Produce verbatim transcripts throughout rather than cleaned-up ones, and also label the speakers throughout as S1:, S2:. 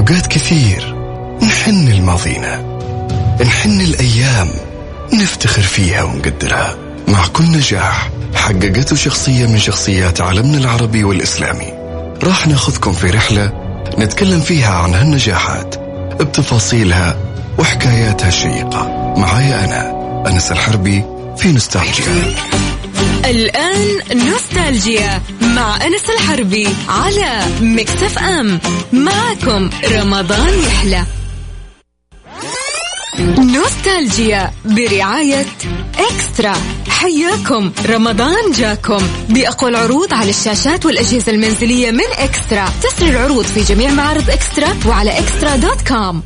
S1: أوقات كثير نحن لماضينا، نحن الأيام نفتخر فيها ونقدرها. مع كل نجاح حققته شخصية من شخصيات عالمنا العربي والإسلامي، راح ناخذكم في رحلة نتكلم فيها عن هالنجاحات بتفاصيلها وحكاياتها الشيقة. معايا أنا أنس الحربي في نوستالجيا.
S2: الآن نوستالجيا مع أنس الحربي على ميكس اف ام. معكم رمضان يحلى. نوستالجيا برعاية إكسترا. حياكم رمضان جاكم بأقوى العروض على الشاشات والأجهزة المنزلية من إكسترا. تسري العروض في جميع معارض إكسترا وعلى إكسترا دوت كوم.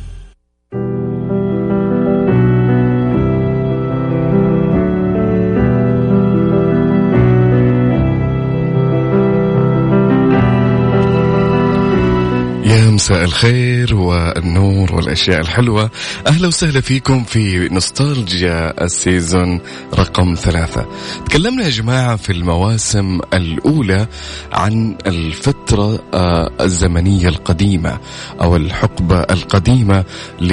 S1: مساء الخير والنور والأشياء الحلوة، أهلا وسهلا فيكم في نوستالجيا السيزون رقم ثلاثة. تكلمنا يا جماعة في المواسم الأولى عن الفترة الزمنية القديمة أو الحقبة القديمة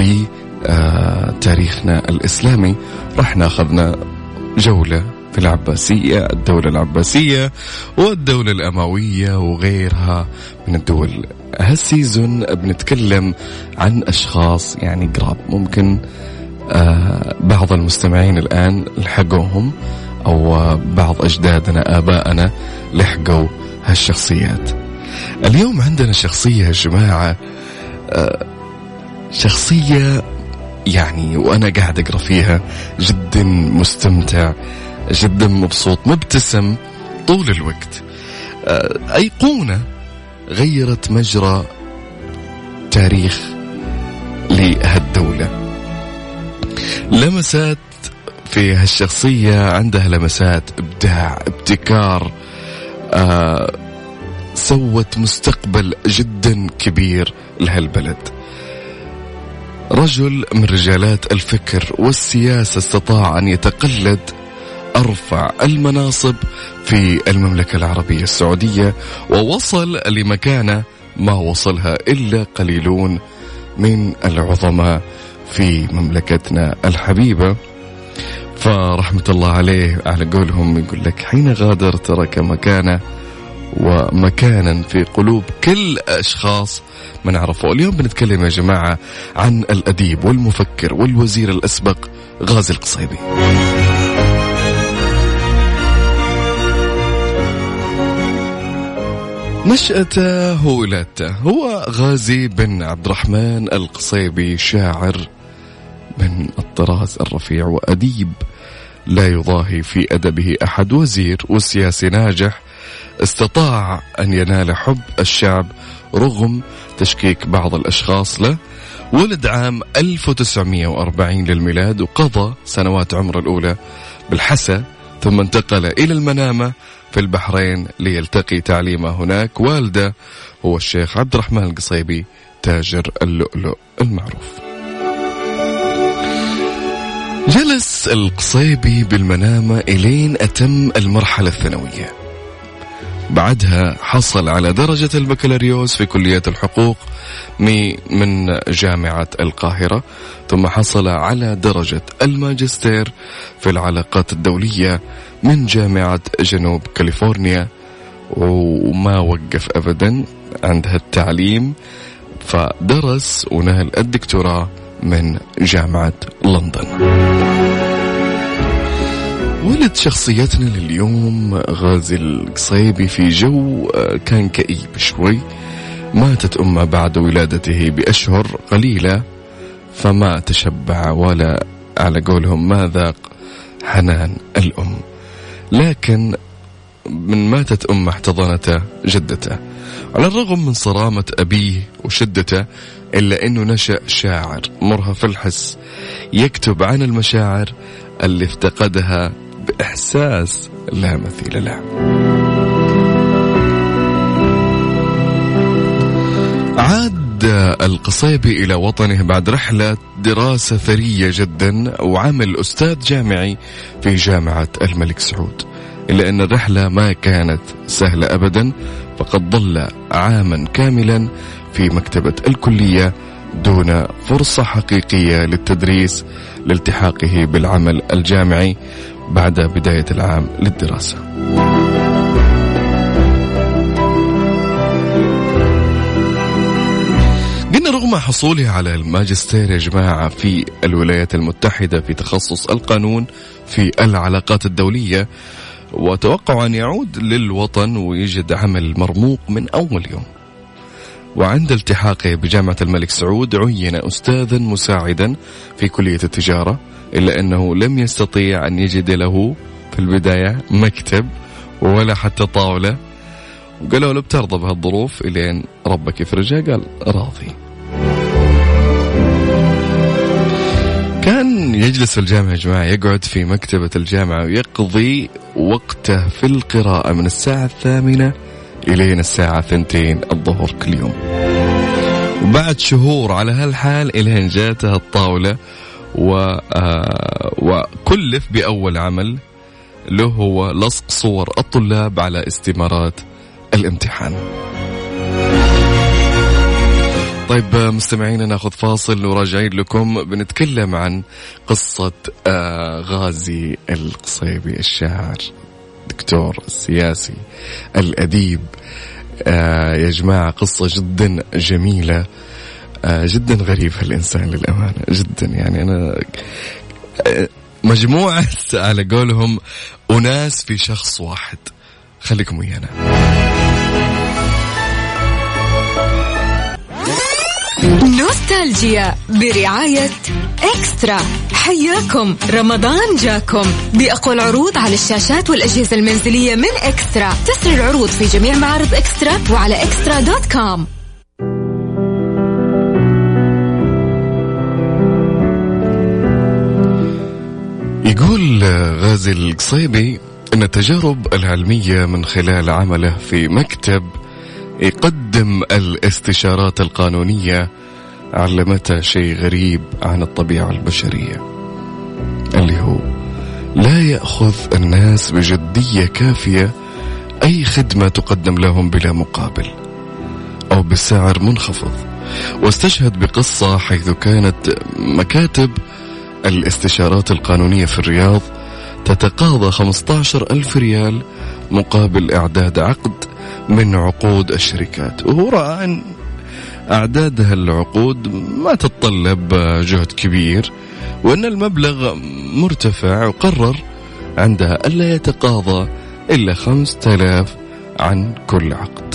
S1: لتاريخنا الإسلامي. رحنا أخذنا جولة في العباسية، الدولة العباسية والدولة الأموية وغيرها من الدول. هالسيزون بنتكلم عن أشخاص يعني قراب، ممكن آه بعض المستمعين الآن لحقوهم أو آه بعض أجدادنا آبائنا لحقوا هالشخصيات. اليوم عندنا شخصية يا جماعة، آه شخصية يعني وأنا قاعد أقرأ فيها جدا مستمتع، جدا مبسوط، مبتسم طول الوقت. آه أيقونة غيرت مجرى تاريخ لهالدولة. لمسات في هالشخصية، عندها لمسات إبداع، ابتكار، آه سوت مستقبل جدا كبير لهالبلد. رجل من رجالات الفكر والسياسة، استطاع أن يتقلد أرفع المناصب في المملكة العربية السعودية، ووصل لمكانة ما وصلها إلا قليلون من العظماء في مملكتنا الحبيبة. فرحمة الله عليه، على قولهم يقول لك حين غادر ترك مكانه ومكانا في قلوب كل أشخاص من عرفه. اليوم بنتكلم يا جماعة عن الأديب والمفكر والوزير الأسبق غازي القصيبي. نشأته وولادته. هو غازي بن عبد الرحمن القصيبي، شاعر من الطراز الرفيع وأديب لا يضاهي في أدبه أحد، وزير وسياسي ناجح استطاع أن ينال حب الشعب رغم تشكيك بعض الأشخاص له. ولد عام ألف وتسعمائة وأربعين للميلاد، وقضى سنوات عمره الأولى بالحسا، ثم انتقل إلى المنامة في البحرين ليلتقي تعليمه هناك. والده هو الشيخ عبد الرحمن القصيبي تاجر اللؤلؤ المعروف. جلس القصيبي بالمنامة إلين أتم المرحلة الثانوية، بعدها حصل على درجة البكالوريوس في كلية الحقوق من جامعة القاهرة، ثم حصل على درجة الماجستير في العلاقات الدولية من جامعة جنوب كاليفورنيا، وما وقف أبدا عند هالتعليم، فدرس ونال الدكتوراه من جامعة لندن. ولد شخصيتنا لليوم غازي القصيبي في جو كان كئيب شوي. ماتت أمه بعد ولادته بأشهر قليلة، فما تشبع ولا على قولهم ما ذاق حنان الأم. لكن من ماتت أمه احتضنته جدته. على الرغم من صرامة أبيه وشدته، إلا أنه نشأ شاعر مرهف الحس، يكتب عن المشاعر اللي افتقدها بإحساس لا مثيل له. عاد القصيبي إلى وطنه بعد رحلة دراسة ثرية جدا، وعمل أستاذ جامعي في جامعة الملك سعود. إلا أن الرحلة ما كانت سهلة أبدا، فقد ظل عاما كاملا في مكتبة الكلية دون فرصة حقيقية للتدريس لالتحاقه بالعمل الجامعي بعد بداية العام للدراسة. قلنا رغم حصوله على الماجستير يا جماعة في الولايات المتحدة في تخصص القانون في العلاقات الدولية، وتوقع أن يعود للوطن ويجد عمل مرموق من أول يوم. وعند التحاقه بجامعة الملك سعود عين أستاذا مساعدا في كلية التجارة، إلا أنه لم يستطيع أن يجد له في البداية مكتب ولا حتى طاولة، وقالوا له بترضى بهالظروف إلين ربك يفرجها؟ قال راضي. كان يجلس في الجامعة يا جماعة، يقعد في مكتبة الجامعة ويقضي وقته في القراءة من الساعة الثامنة إلين الساعة ثنتين الظهر كل يوم. وبعد شهور على هالحال إلين جاته الطاولة و... آه... وكلف بأول عمل له هو لصق صور الطلاب على استمارات الامتحان. طيب مستمعين، ناخذ فاصل وراجعين لكم بنتكلم عن قصة آه غازي القصيبي، الشاعر، دكتور، السياسي، الأديب. آه يا جماعة قصة جدا جميلة، آه جدا غريب هالإنسان للأمانة جدا. يعني أنا آه مجموعة على قولهم أناس في شخص واحد. خليكم ويانا.
S2: نوستالجيا برعاية إكسترا. حياكم رمضان جاكم بأقوى العروض على الشاشات والأجهزة المنزلية من إكسترا. تسري العروض في جميع معارض إكسترا وعلى إكسترا دوت كوم.
S1: يقول غازي القصيبي أن التجارب العلمية من خلال عمله في مكتب يقدم الاستشارات القانونية علمته شيء غريب عن الطبيعة البشرية، اللي هو لا يأخذ الناس بجدية كافية أي خدمة تقدم لهم بلا مقابل أو بسعر منخفض. واستشهد بقصة حيث كانت مكاتب الاستشارات القانونية في الرياض تتقاضى خمسة عشر ألف ريال مقابل إعداد عقد من عقود الشركات، وهو رأى أن أعداد هالعقود ما تتطلب جهد كبير وأن المبلغ مرتفع، وقرر عندها ألا يتقاضى إلا خمسة آلاف عن كل عقد.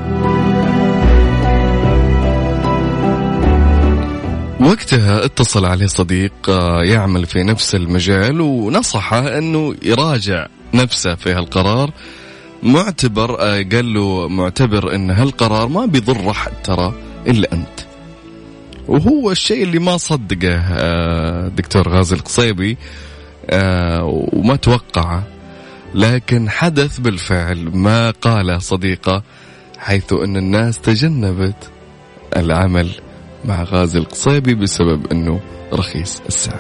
S1: وقتها اتصل عليه صديق يعمل في نفس المجال ونصحه أنه يراجع نفسه في هالقرار، معتبر قال له معتبر أن هالقرار ما بيضر ترى إلا أنت. وهو الشيء اللي ما صدقه دكتور غازي القصيبي وما توقعه، لكن حدث بالفعل ما قاله صديقه، حيث أن الناس تجنبت العمل مع غازي القصيبي بسبب أنه رخيص السعر.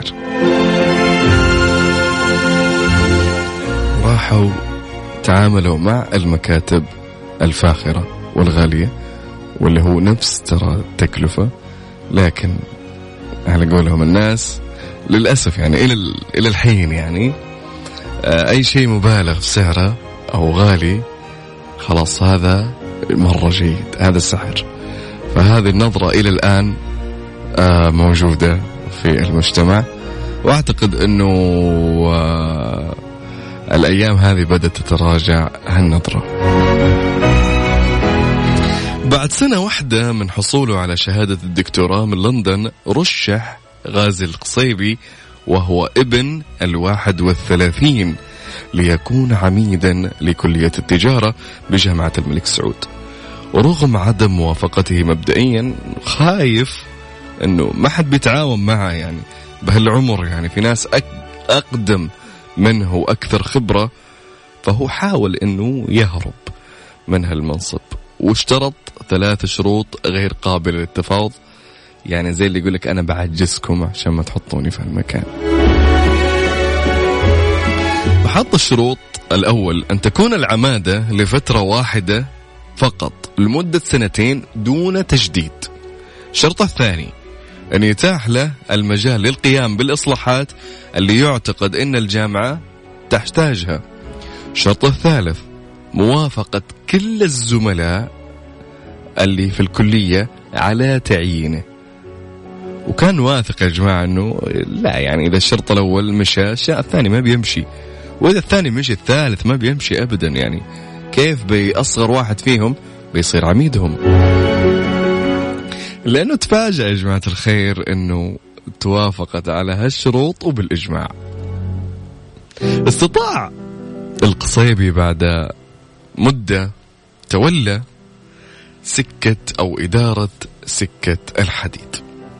S1: راحوا تعاملوا مع المكاتب الفاخرة والغالية واللي هو نفس ترى التكلفة، لكن على قولهم الناس للأسف يعني إلى إلى الحين يعني أي شيء مبالغ في سعره أو غالي خلاص هذا مرة جيد، هذا السعر. فهذه النظرة إلى الآن موجودة في المجتمع، وأعتقد أنه الأيام هذه بدأت تتراجع هالنظرة. بعد سنة واحدة من حصوله على شهادة الدكتوراه من لندن، رشح غازي القصيبي وهو ابن الواحد والثلاثين ليكون عميدا لكلية التجارة بجامعة الملك سعود. ورغم عدم موافقته مبدئيا، خايف انه ما حد بيتعاون معه يعني بهالعمر، يعني في ناس اقدم منه واكثر خبرة، فهو حاول انه يهرب من هالمنصب، واشترط ثلاث شروط غير قابلة للتفاوض، يعني زي اللي يقولك انا بعجزكم عشان ما تحطوني في هالمكان. فحط الشروط: الاول ان تكون العمادة لفترة واحدة فقط، لمدة سنتين دون تجديد. الشرط الثاني أن يتاح له المجال للقيام بالإصلاحات اللي يعتقد أن الجامعة تحتاجها. الشرط الثالث موافقة كل الزملاء اللي في الكلية على تعيينه. وكان واثق يا جماعة أنه لا، يعني إذا الشرط الأول مشى الشيء الثاني ما بيمشي، وإذا الثاني مشي الثالث ما بيمشي أبدا. يعني كيف بأصغر واحد فيهم بيصير عميدهم؟ لأنه تفاجأ يا جماعة الخير أنه توافقت على هالشروط وبالإجماع. استطاع القصيبي بعد مدة تولى سكة أو إدارة سكة الحديد.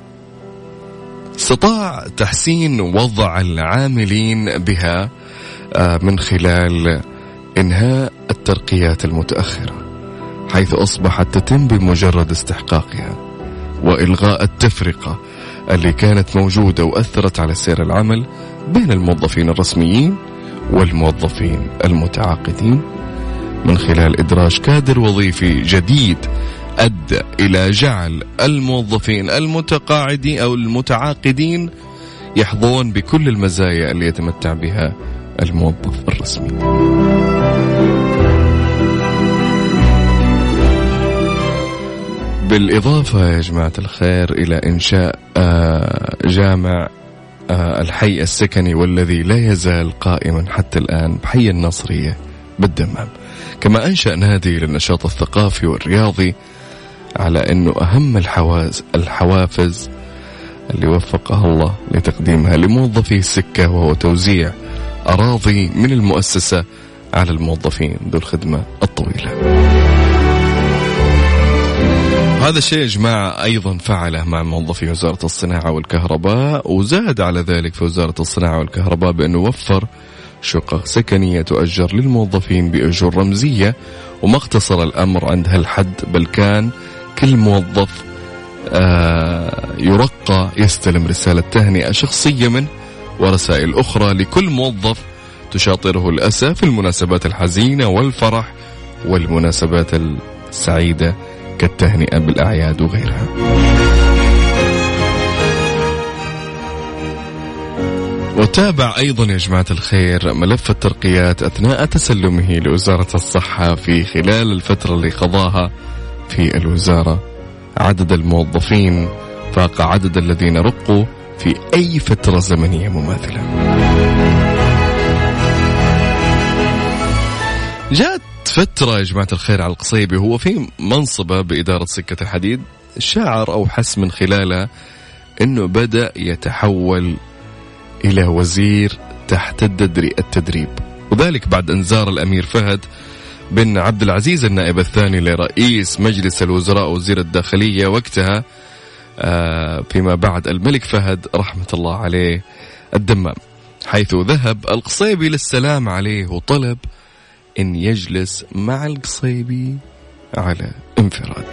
S1: استطاع تحسين وضع العاملين بها من خلال إنهاء الترقيات المتأخرة، حيث أصبحت تتم بمجرد استحقاقها، وإلغاء التفرقة اللي كانت موجودة وأثرت على سير العمل بين الموظفين الرسميين والموظفين المتعاقدين، من خلال إدراج كادر وظيفي جديد أدى إلى جعل الموظفين المتقاعدين أو المتعاقدين يحظون بكل المزايا اللي يتمتع بها الموظف الرسمي. بالإضافة يا جماعة الخير إلى إنشاء جامع الحي السكني والذي لا يزال قائما حتى الآن بحي النصرية بالدمام، كما أنشأ نادي للنشاط الثقافي والرياضي، على أنه أهم الحواز الحوافز اللي وفقها الله لتقديمها لموظفي السكة، وهو توزيع أراضي من المؤسسة على الموظفين ذو الخدمة الطويلة. هذا الشيء يا جماعة أيضا فعله مع موظفي وزارة الصناعة والكهرباء، وزاد على ذلك في وزارة الصناعة والكهرباء بأنه وفر شقق سكنية تؤجر للموظفين بأجور رمزية، وما اقتصر الأمر عند هالحد، بل كان كل موظف يرقى يستلم رسالة تهنئة شخصية منه ورسائل أخرى لكل موظف تشاطره الأسى في المناسبات الحزينة والفرح والمناسبات السعيدة كالتهنئة بالأعياد وغيرها. وتابع أيضا يا جماعة الخير ملف الترقيات أثناء تسلمه لوزارة الصحة في خلال الفترة اللي قضاها في الوزارة. عدد الموظفين فاق عدد الذين رقوا في أي فترة زمنية مماثلة. جاءت فترة يا جماعة الخير على القصيبي هو في منصبه بإدارة سكة الحديد، شعر أو حس من خلالها أنه بدأ يتحول إلى وزير تحت التدريب، وذلك بعد إنذار الأمير فهد بن عبد العزيز النائب الثاني لرئيس مجلس الوزراء وزير الداخلية وقتها، فيما بعد الملك فهد رحمة الله عليه الدمام، حيث ذهب القصيبي للسلام عليه وطلب أن يجلس مع القصيبي على انفراد.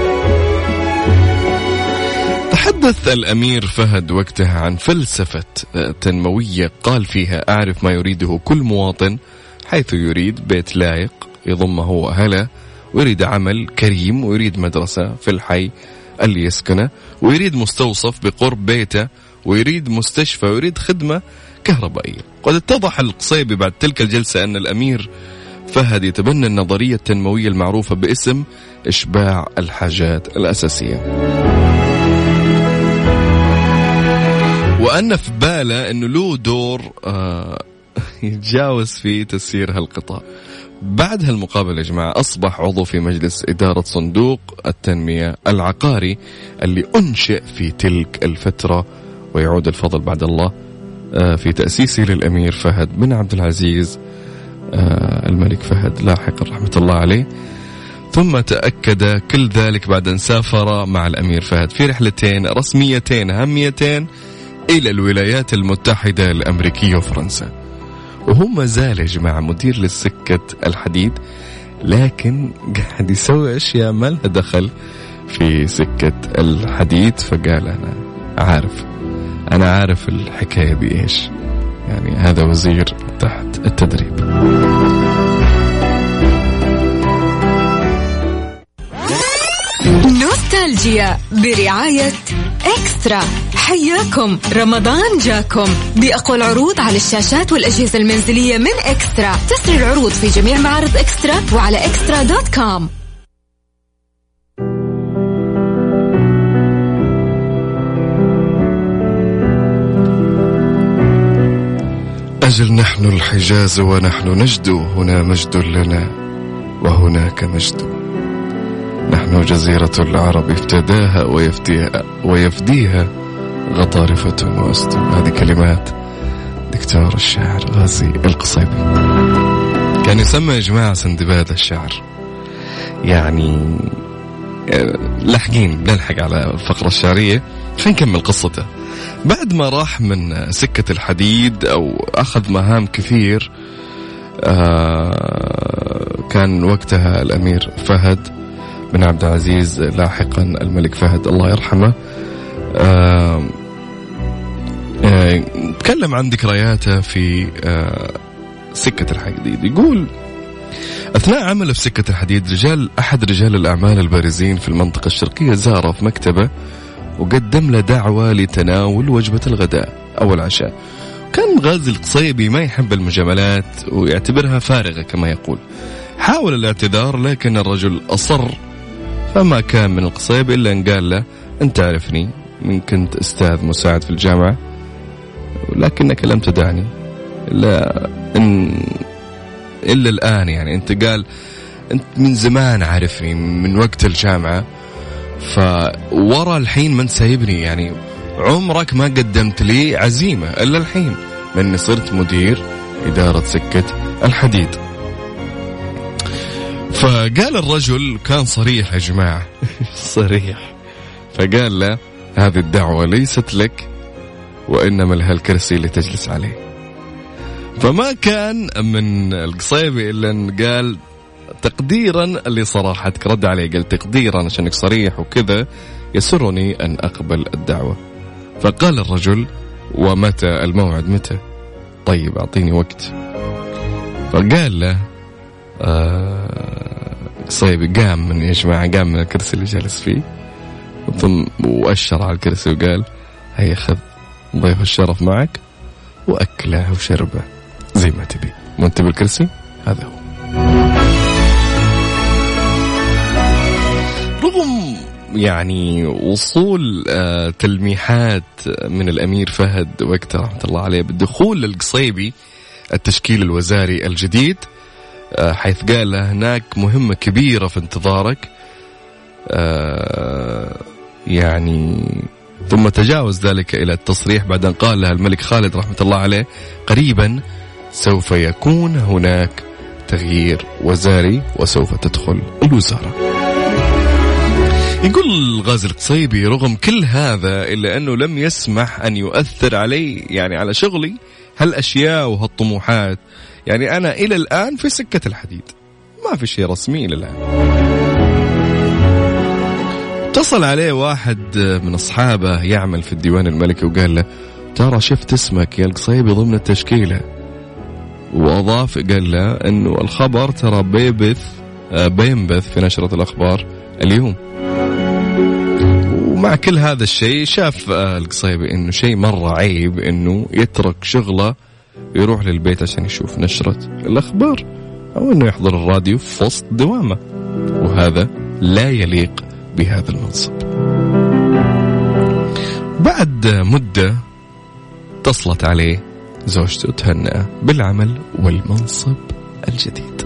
S1: تحدث الأمير فهد وقتها عن فلسفة تنموية قال فيها: أعرف ما يريده كل مواطن، حيث يريد بيت لائق يضمه وأهله، ويريد عمل كريم، ويريد مدرسة في الحي اللي يسكنه، ويريد مستوصف بقرب بيته، ويريد مستشفى، ويريد خدمة كهربائية. قد اتضح القصيبي بعد تلك الجلسة أن الأمير فهد يتبنى النظرية التنموية المعروفة باسم إشباع الحاجات الأساسية، وأن في باله أنه له دور آه يتجاوز في تسيير هالقطاع. بعد هالمقابلة يا جماعة أصبح عضو في مجلس إدارة صندوق التنمية العقاري اللي أنشئ في تلك الفترة، ويعود الفضل بعد الله آه في تأسيسه للأمير فهد بن عبد العزيز آه الملك فهد لاحقا رحمة الله عليه. ثم تأكد كل ذلك بعد أن سافر مع الأمير فهد في رحلتين رسميتين هاميتين إلى الولايات المتحدة الأمريكية وفرنسا، وهو ما زال يا جماعة مدير للسكة الحديد، لكن قاعد يسوي أشياء ما لها دخل في سكة الحديد. فقال أنا عارف أنا عارف الحكاية دي إيش، يعني هذا وزير تحت التدريب.
S2: نوستالجيا برعاية إكسترا. حياكم رمضان جاكم بأقوى العروض على الشاشات والأجهزة المنزلية من إكسترا. تسري العروض في جميع معارض إكسترا وعلى إكسترا دوت كوم.
S1: أجل نحن الحجاز ونحن نجد، هنا مجد لنا وهناك مجد. نحن جزيرة العرب افتداها ويفديها, ويفديها غطارفة وأسد. هذه كلمات دكتور الشاعر غازي القصيبي، كان يسمى يا جماعة سندباد الشعر. يعني لحقين نلحق على الفقرة الشعرية. خلينا نكمل قصته. بعد ما راح من سكة الحديد أو أخذ مهام كثير، آه كان وقتها الأمير فهد بن عبد العزيز، لاحقا الملك فهد الله يرحمه، آه آه تكلم عن ذكرياته في آه سكة الحديد. يقول أثناء عمله في سكة الحديد رجال أحد رجال الأعمال البارزين في المنطقة الشرقية زاره في مكتبه وقدم له دعوة لتناول وجبة الغداء أو العشاء. كان غازي القصيبي ما يحب المجاملات ويعتبرها فارغة كما يقول. حاول الاعتذار لكن الرجل أصر، فما كان من القصيبي إلا أن قال له أنت عرفني من كنت أستاذ مساعد في الجامعة، ولكنك لم تدعني إلا, إن إلا الآن. يعني أنت قال أنت من زمان عارفني من وقت الجامعة، فورا الحين من سايبني، يعني عمرك ما قدمت لي عزيمة إلا الحين من صرت مدير إدارة سكة الحديد. فقال الرجل كان صريح يا جماعة صريح، فقال له هذه الدعوة ليست لك وإنما لها الكرسي اللي تجلس عليه. فما كان من القصيبي إلا أن قال تقديرا لصراحتك، رد عليه قال تقديرا عشانك صريح وكذا يسرني أن أقبل الدعوة. فقال الرجل ومتى الموعد متى؟ طيب أعطيني وقت. فقال له آه قصيبي قام من يا جماعة قام من الكرسي اللي جالس فيه ثم وأشر على الكرسي وقال هيا خذ ضيف الشرف معك وأكله وشربه زي ما تبي، وانت بالكرسي هذا هو. رغم يعني وصول آه تلميحات من الأمير فهد وقتها رحمة الله عليه بالدخول للقصيبي التشكيل الوزاري الجديد، آه حيث قال له هناك مهمة كبيرة في انتظارك، آه يعني ثم تجاوز ذلك إلى التصريح بعد أن قال له الملك خالد رحمة الله عليه قريبا سوف يكون هناك تغيير وزاري وسوف تدخل الوزارة. يقول غازي القصيبي رغم كل هذا إلا أنه لم يسمح أن يؤثر علي، يعني على شغلي هالأشياء وهالطموحات. يعني أنا إلى الآن في سكة الحديد، ما في شيء رسمي إلى الآن. اتصل عليه واحد من أصحابه يعمل في الديوان الملكي وقال له ترى شفت اسمك يا القصيبي ضمن التشكيلة، وأضاف قال له أنه الخبر ترى بيبث بينبث في نشرة الأخبار اليوم. ومع كل هذا الشيء شاف القصيبي أنه شيء مرة عيب أنه يترك شغله يروح للبيت عشان يشوف نشرة الأخبار أو أنه يحضر الراديو في وسط دوامه، وهذا لا يليق بهذا المنصب. بعد مدة اتصلت عليه زوجته تهنأ بالعمل والمنصب الجديد.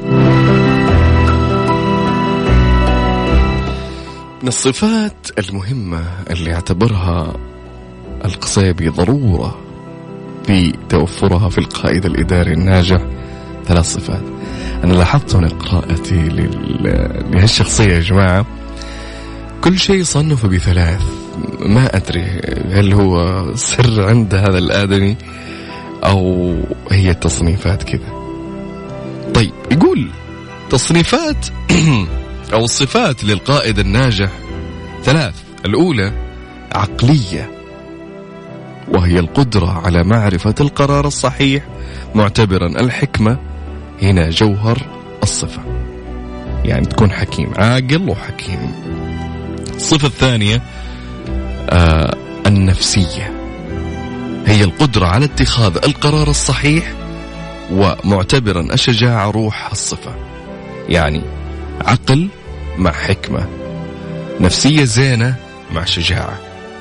S1: من الصفات المهمة اللي اعتبرها القصيبي ضرورة في توفرها في القائد الإداري الناجح ثلاث صفات. أنا لاحظت من قراءتي لهالشخصية يا جماعة كل شيء صنف بثلاث، ما أدري هل هو سر عند هذا الآدمي أو هي تصنيفات كذا. طيب يقول تصنيفات أو الصفات للقائد الناجح ثلاث. الأولى عقلية، وهي القدرة على معرفة القرار الصحيح معتبرا الحكمة هنا جوهر الصفة، يعني تكون حكيم عاقل وحكيم. الصفة الثانية آه النفسية، هي القدرة على اتخاذ القرار الصحيح، ومعتبرا الشجاعة روح الصفة، يعني عقل مع حكمة، نفسية زينة مع شجاعة.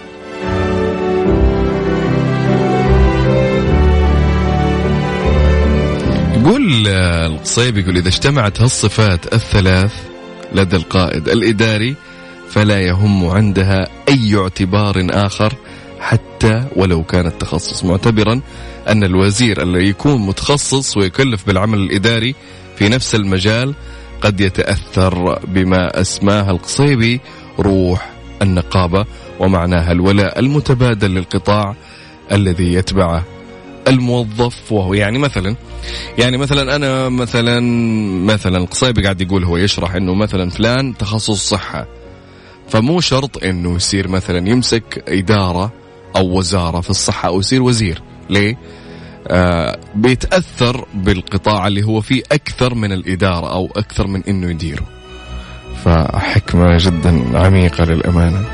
S1: يقول القصيبي، يقول إذا اجتمعت هالصفات الثلاث لدى القائد الإداري فلا يهم عندها أي اعتبار آخر حتى ولو كان التخصص، معتبرا أن الوزير اللي يكون متخصص ويكلف بالعمل الإداري في نفس المجال قد يتأثر بما أسماه القصيبي روح النقابة، ومعناها الولاء المتبادل للقطاع الذي يتبعه الموظف. وهو يعني مثلا يعني مثلا أنا مثلا مثلا القصيبي قاعد يقول، هو يشرح إنه مثلا فلان تخصص صحة، فمو شرط إنه يصير مثلا يمسك إدارة أو وزارة في الصحة أو يصير وزير. ليه؟ آه بيتأثر بالقطاع اللي هو فيه أكثر من الإدارة أو أكثر من إنه يديره. فحكمة جدا عميقة للأمانة.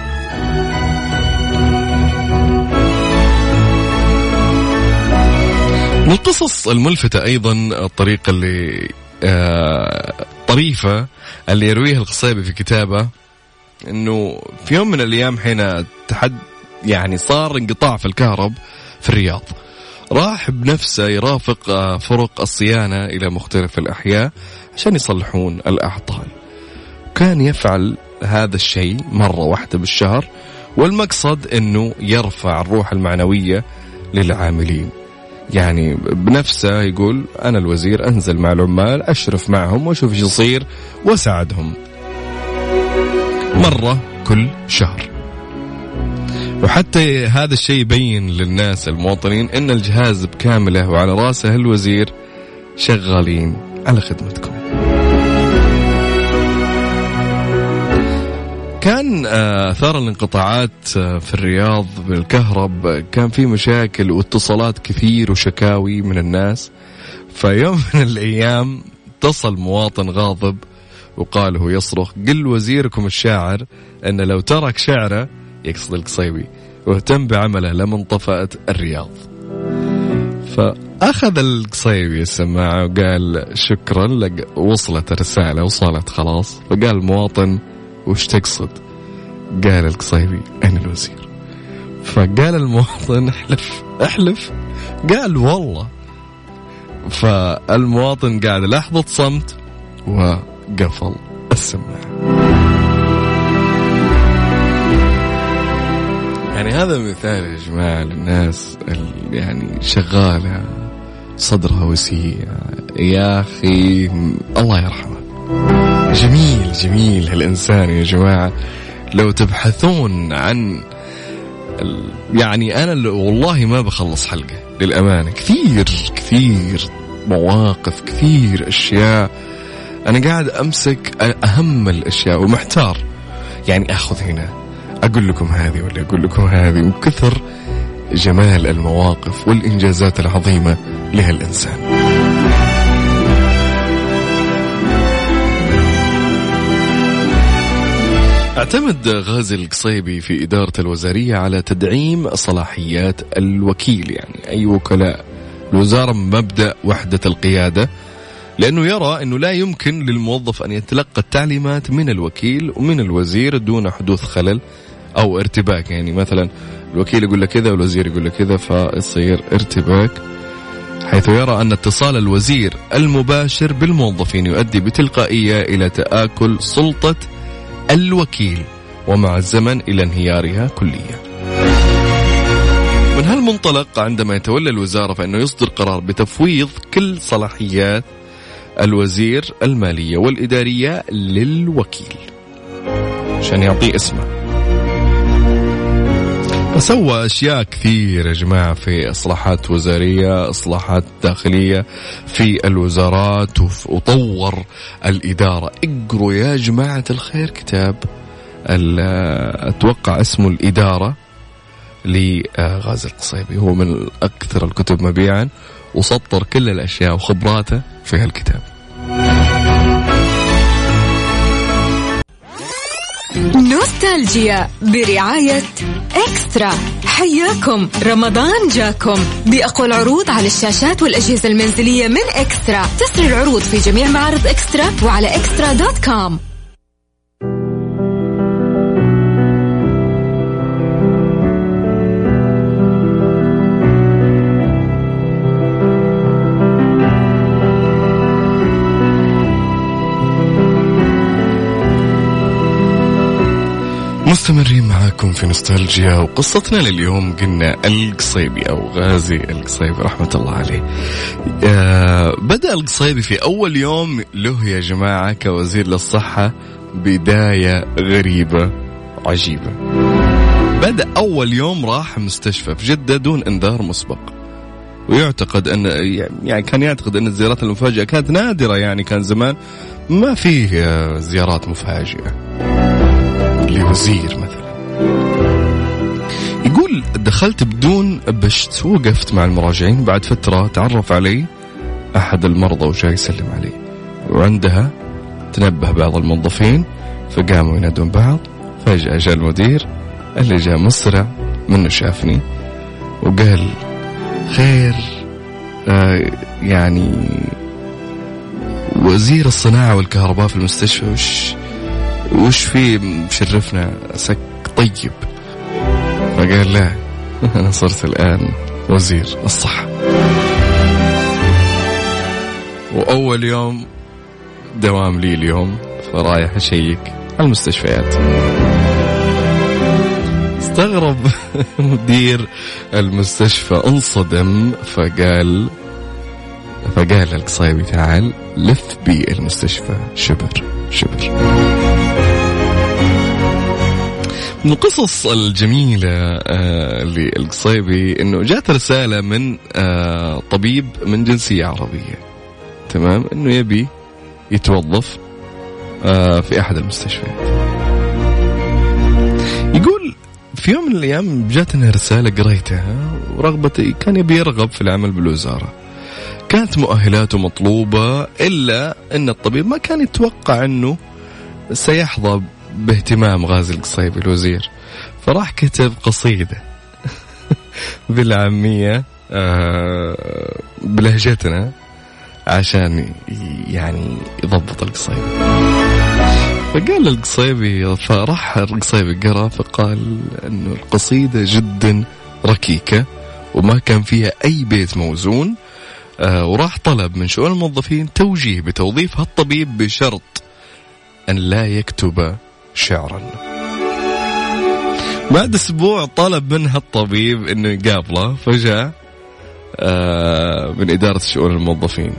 S1: من القصص الملفتة أيضا الطريقة اللي آه طريفة اللي يرويها القصيبي في كتابه، إنه في يوم من الأيام حين تحد يعني صار انقطاع في الكهرب في الرياض، راح بنفسه يرافق فرق الصيانة إلى مختلف الأحياء عشان يصلحون الأعطال. كان يفعل هذا الشيء مرة واحدة بالشهر، والمقصد أنه يرفع الروح المعنوية للعاملين. يعني بنفسه يقول أنا الوزير، أنزل مع العمال أشرف معهم وأشوف ايش يصير وأساعدهم مرة كل شهر. وحتى هذا الشيء يبين للناس المواطنين أن الجهاز بكامله وعلى رأسه الوزير شغالين على خدمتكم. كان أثار الانقطاعات في الرياض بالكهرب، كان في مشاكل واتصالات كثير وشكاوي من الناس. فيوم من الأيام اتصل مواطن غاضب وقال هو يصرخ، قل وزيركم الشاعر أن لو ترك شعره، يقصد القصيبي، واهتم بعمله لما انطفأت الرياض. فأخذ القصيبي السماعة وقال شكرا لك، وصلت الرسالة، وصلت خلاص. فقال المواطن وش تقصد؟ قال القصيبي أنا الوزير. فقال المواطن احلف احلف. قال والله. فالمواطن قاعد لحظة صمت وقفل السماعة. يعني هذا مثال يا جماعة للناس اللي يعني شغالة صدرها وسيع. يا أخي الله يرحمه. جميل جميل هالإنسان يا جماعة. لو تبحثون عن يعني أنا والله ما بخلص حلقة للأمانة. كثير كثير مواقف، كثير أشياء أنا قاعد أمسك أهم الأشياء ومحتار، يعني أخذ هنا أقول لكم هذه ولا أقول لكم هذه، من كثر جمال المواقف والإنجازات العظيمة لهالإنسان. اعتمد غازي القصيبي في إدارة الوزارية على تدعيم صلاحيات الوكيل، يعني أي وكلاء الوزارة مبدأ وحدة القيادة، لأنه يرى أنه لا يمكن للموظف أن يتلقى التعليمات من الوكيل ومن الوزير دون حدوث خلل أو ارتباك. يعني مثلا الوكيل يقول لك كذا والوزير يقول لك كذا، فيصير ارتباك، حيث يرى أن اتصال الوزير المباشر بالموظفين يؤدي بتلقائية إلى تآكل سلطة الوكيل، ومع الزمن إلى انهيارها كليا. من هالمنطلق عندما يتولى الوزارة فإنه يصدر قرار بتفويض كل صلاحيات الوزير المالية والإدارية للوكيل عشان يعطيه اسمه. فسوى أشياء كثير يا جماعة في إصلاحات وزارية، إصلاحات داخلية في الوزارات، وطور الإدارة. اقروا يا جماعة الخير كتاب أتوقع اسمه الإدارة لغازي القصيبي، هو من أكثر الكتب مبيعا، وسطر كل الأشياء وخبراته في هالكتاب.
S2: نوستالجيا برعاية إكسترا. حياكم رمضان جاكم بأقوى العروض على الشاشات والأجهزة المنزلية من إكسترا. تسري العروض في جميع معارض إكسترا وعلى إكسترا دوت كوم.
S1: مستمرين معاكم في نوستالجيا، وقصتنا لليوم قلنا القصيبي أو غازي القصيبي رحمة الله عليه. بدأ القصيبي في أول يوم له يا جماعة كوزير للصحة بداية غريبة عجيبة. بدأ أول يوم راح مستشفى في جدة دون إنذار مسبق، ويعتقد أن يعني كان يعتقد أن الزيارات المفاجئة كانت نادرة، يعني كان زمان ما فيه زيارات مفاجئة لوزير مثلا. يقول دخلت بدون بشت، وقفت مع المراجعين. بعد فترة تعرف علي أحد المرضى وجاي يسلم علي، وعندها تنبه بعض الموظفين فقاموا ينادون بعض. فجأة جاء المدير اللي جاء مسرع منه شافني وقال خير آه يعني وزير الصناعة والكهرباء في المستشفى، وش وش في مشرفنا سك طيب. فقال لا أنا صرت الآن وزير الصحة، وأول يوم دوام لي اليوم، فرايح أشيك على المستشفيات. استغرب مدير المستشفى، انصدم، فقال فقال القصيبي تعال لف بي المستشفى شبر شبر. من القصص الجميلة آه للقصيبي إنه جات رسالة من آه طبيب من جنسية عربية، تمام، إنه يبي يتوظف آه في أحد المستشفيات. يقول في يوم من الأيام جاتنا رسالة قريتها، ورغبتي كان يبي يرغب في العمل بالوزارة. كانت مؤهلاته مطلوبة، إلا أن الطبيب ما كان يتوقع أنه سيحظى باهتمام غازي القصيبي الوزير، فراح كتب قصيدة بالعامية بلهجتنا عشان يعني يضبط القصيبي. فقال القصيبي، فراح القصيبي قرأ فقال أنه القصيدة جدا ركيكة وما كان فيها أي بيت موزون، وراح طلب من شؤون الموظفين توجيه بتوظيف هالطبيب بشرط أن لا يكتب شعرا. بعد أسبوع طلب منها الطبيب أنه يقابله، فجاء من إدارة شؤون الموظفين،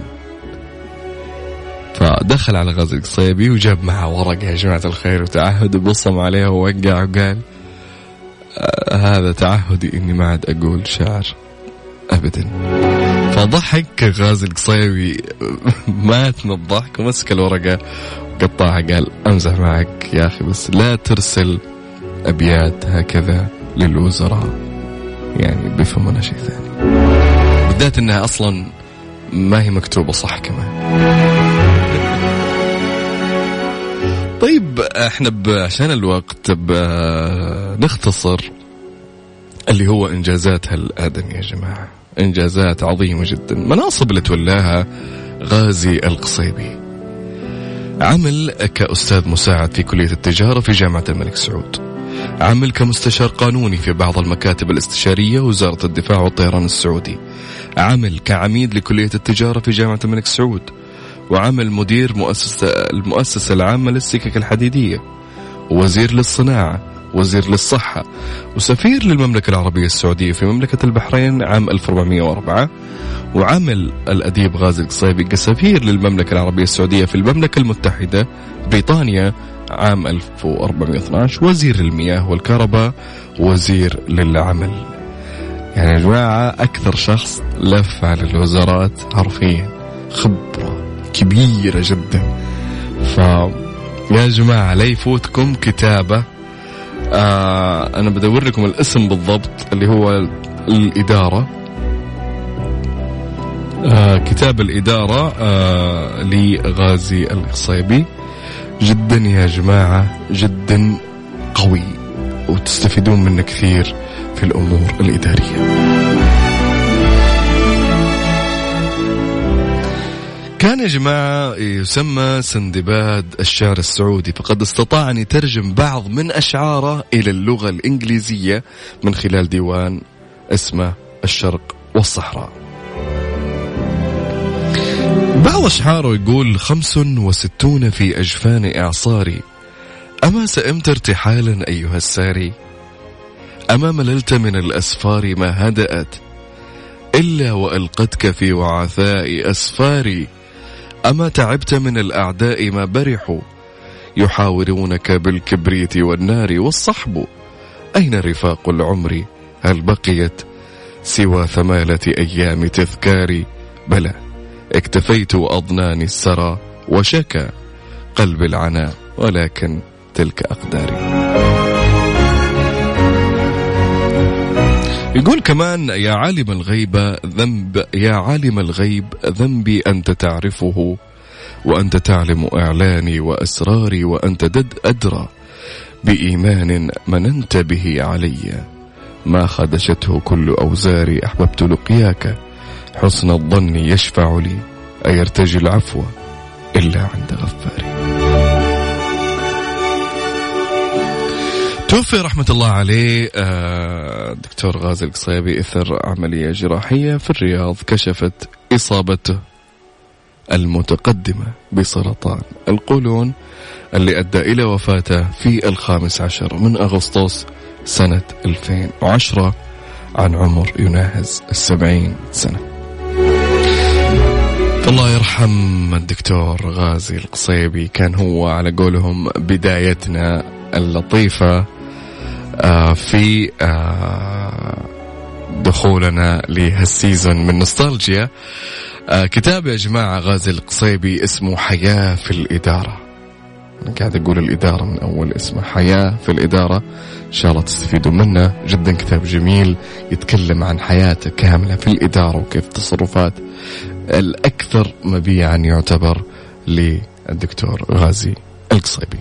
S1: فدخل على غازي القصيبي وجاب معه ورقة يا جماعة الخير وتعهد، وبصم عليها ووقع وقال هذا تعهدي إني ما عاد أقول شعر أبدا. فضحك غازي القصيبي مات من الضحك ومسك الورقة وقطعها، قال أمزح معك يا أخي، بس لا ترسل أبيات هكذا للوزراء، يعني بيفهمون شيء ثاني، بالذات إنها أصلا ما هي مكتوبة صح كمان. طيب احنا عشان الوقت نختصر اللي هو إنجازات هالآدم يا جماعة، إنجازات عظيمة جدا. مناصب اللي تولاها غازي القصيبي: عمل كأستاذ مساعد في كلية التجارة في جامعة الملك سعود، عمل كمستشار قانوني في بعض المكاتب الاستشارية وزارة الدفاع والطيران السعودي، عمل كعميد لكلية التجارة في جامعة الملك سعود، وعمل مدير مؤسسة المؤسسة العامة للسكك الحديدية، ووزير للصناعة، وزير للصحة، وسفير للمملكة العربية السعودية في مملكة البحرين عام ألف وأربعمائة وأربعة، وعمل الأديب غازي القصيبي كسفير للمملكة العربية السعودية في المملكة المتحدة بريطانيا عام ألف وأربعمائة واثني عشر، وزير للمياه والكهرباء، وزير للعمل. يعني يا جماعة أكثر شخص لف على الوزارات حرفيا، خبرة كبيرة جدا. فيا جماعة لا يفوتكم كتابة. آه أنا بدور لكم الاسم بالضبط اللي هو الإدارة، آه كتاب الإدارة آه لغازي القصيبي. جدا يا جماعة جدا قوي وتستفيدون منه كثير في الأمور الإدارية. كان يا جماعة يسمى سندباد الشعر السعودي، فقد استطاع أن يترجم بعض من أشعاره إلى اللغة الإنجليزية من خلال ديوان اسمه الشرق والصحراء. بعض أشعاره يقول: خمس وستون في أجفان إعصاري، أما سئمت ارتحالا أيها الساري، أما مللت من الأسفار ما هدأت إلا وألقتك في وعثاء أسفاري، أما تعبت من الأعداء ما برحوا يحاورونك بالكبريت والنار، والصحب أين رفاق العمر هل بقيت سوى ثمالة أيام تذكاري، بلى اكتفيت وأضناني السرى وشكى قلب العنا ولكن تلك أقداري. يقول كمان: يا عالم الغيب ذنب يا عالم الغيب ذنبي أنت تعرفه، وأنت تعلم إعلاني وأسراري، وأنت دد أدرى بإيمان مننت به علي، ما خدشته كل أوزاري، أحببت لقياك حسن الظن يشفع لي، أيرتجي العفو إلا عند غفاري. توفي رحمة الله عليه دكتور غازي القصيبي إثر عملية جراحية في الرياض كشفت إصابته المتقدمة بسرطان القولون، اللي أدى إلى وفاته في الخامس عشر من أغسطس سنة ألفين وعشرة عن عمر يناهز السبعين سنة. الله يرحم الدكتور غازي القصيبي، كان هو على قولهم بدايتنا اللطيفة في دخولنا لهالسيزون من نوستالجيا. كتاب يا جماعة غازي القصيبي اسمه حياة في الإدارة، أنا قاعد أقول الإدارة من أول اسمه حياة في الإدارة، إن شاء الله تستفيدوا منه. جدا كتاب جميل يتكلم عن حياته كاملة في الإدارة وكيف تصرفات الأكثر مبيعا يعتبر للدكتور غازي القصيبي.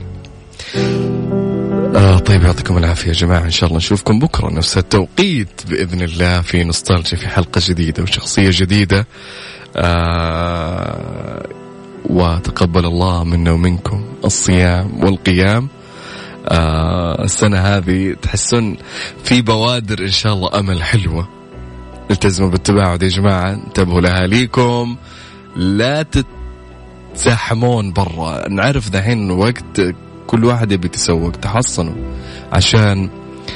S1: آه طيب يعطيكم العافية يا جماعة، إن شاء الله نشوفكم بكرة نفس التوقيت بإذن الله في نوستالجيا في حلقة جديدة وشخصية جديدة. آه وتقبل الله منا ومنكم الصيام والقيام. آه السنة هذه تحسون في بوادر إن شاء الله أمل حلوة. التزموا بالتباعد يا جماعة، انتبهوا لأهاليكم، لا تتزاحمون برا. نعرف دحين وقت كل واحد يبي يتسوق، تحصنوا عشان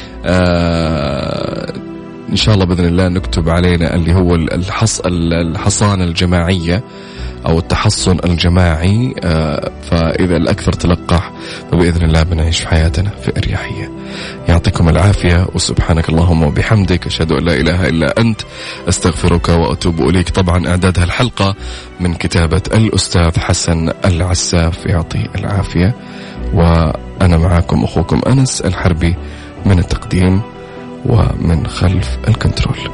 S1: آه إن شاء الله بإذن الله نكتب علينا اللي هو الحص الحصانة الجماعية أو التحصن الجماعي. آه فإذا الأكثر تلقح فبإذن الله بنعيش حياتنا في أريحية. يعطيكم العافية وسبحانك اللهم وبحمدك، أشهد أن لا إله إلا أنت، أستغفرك وأتوب إليك. طبعا إعداد هالحلقة من كتابة الأستاذ حسن العساف، يعطي العافية. وأنا معاكم أخوكم أنس الحربي من التقديم ومن خلف الكنترول.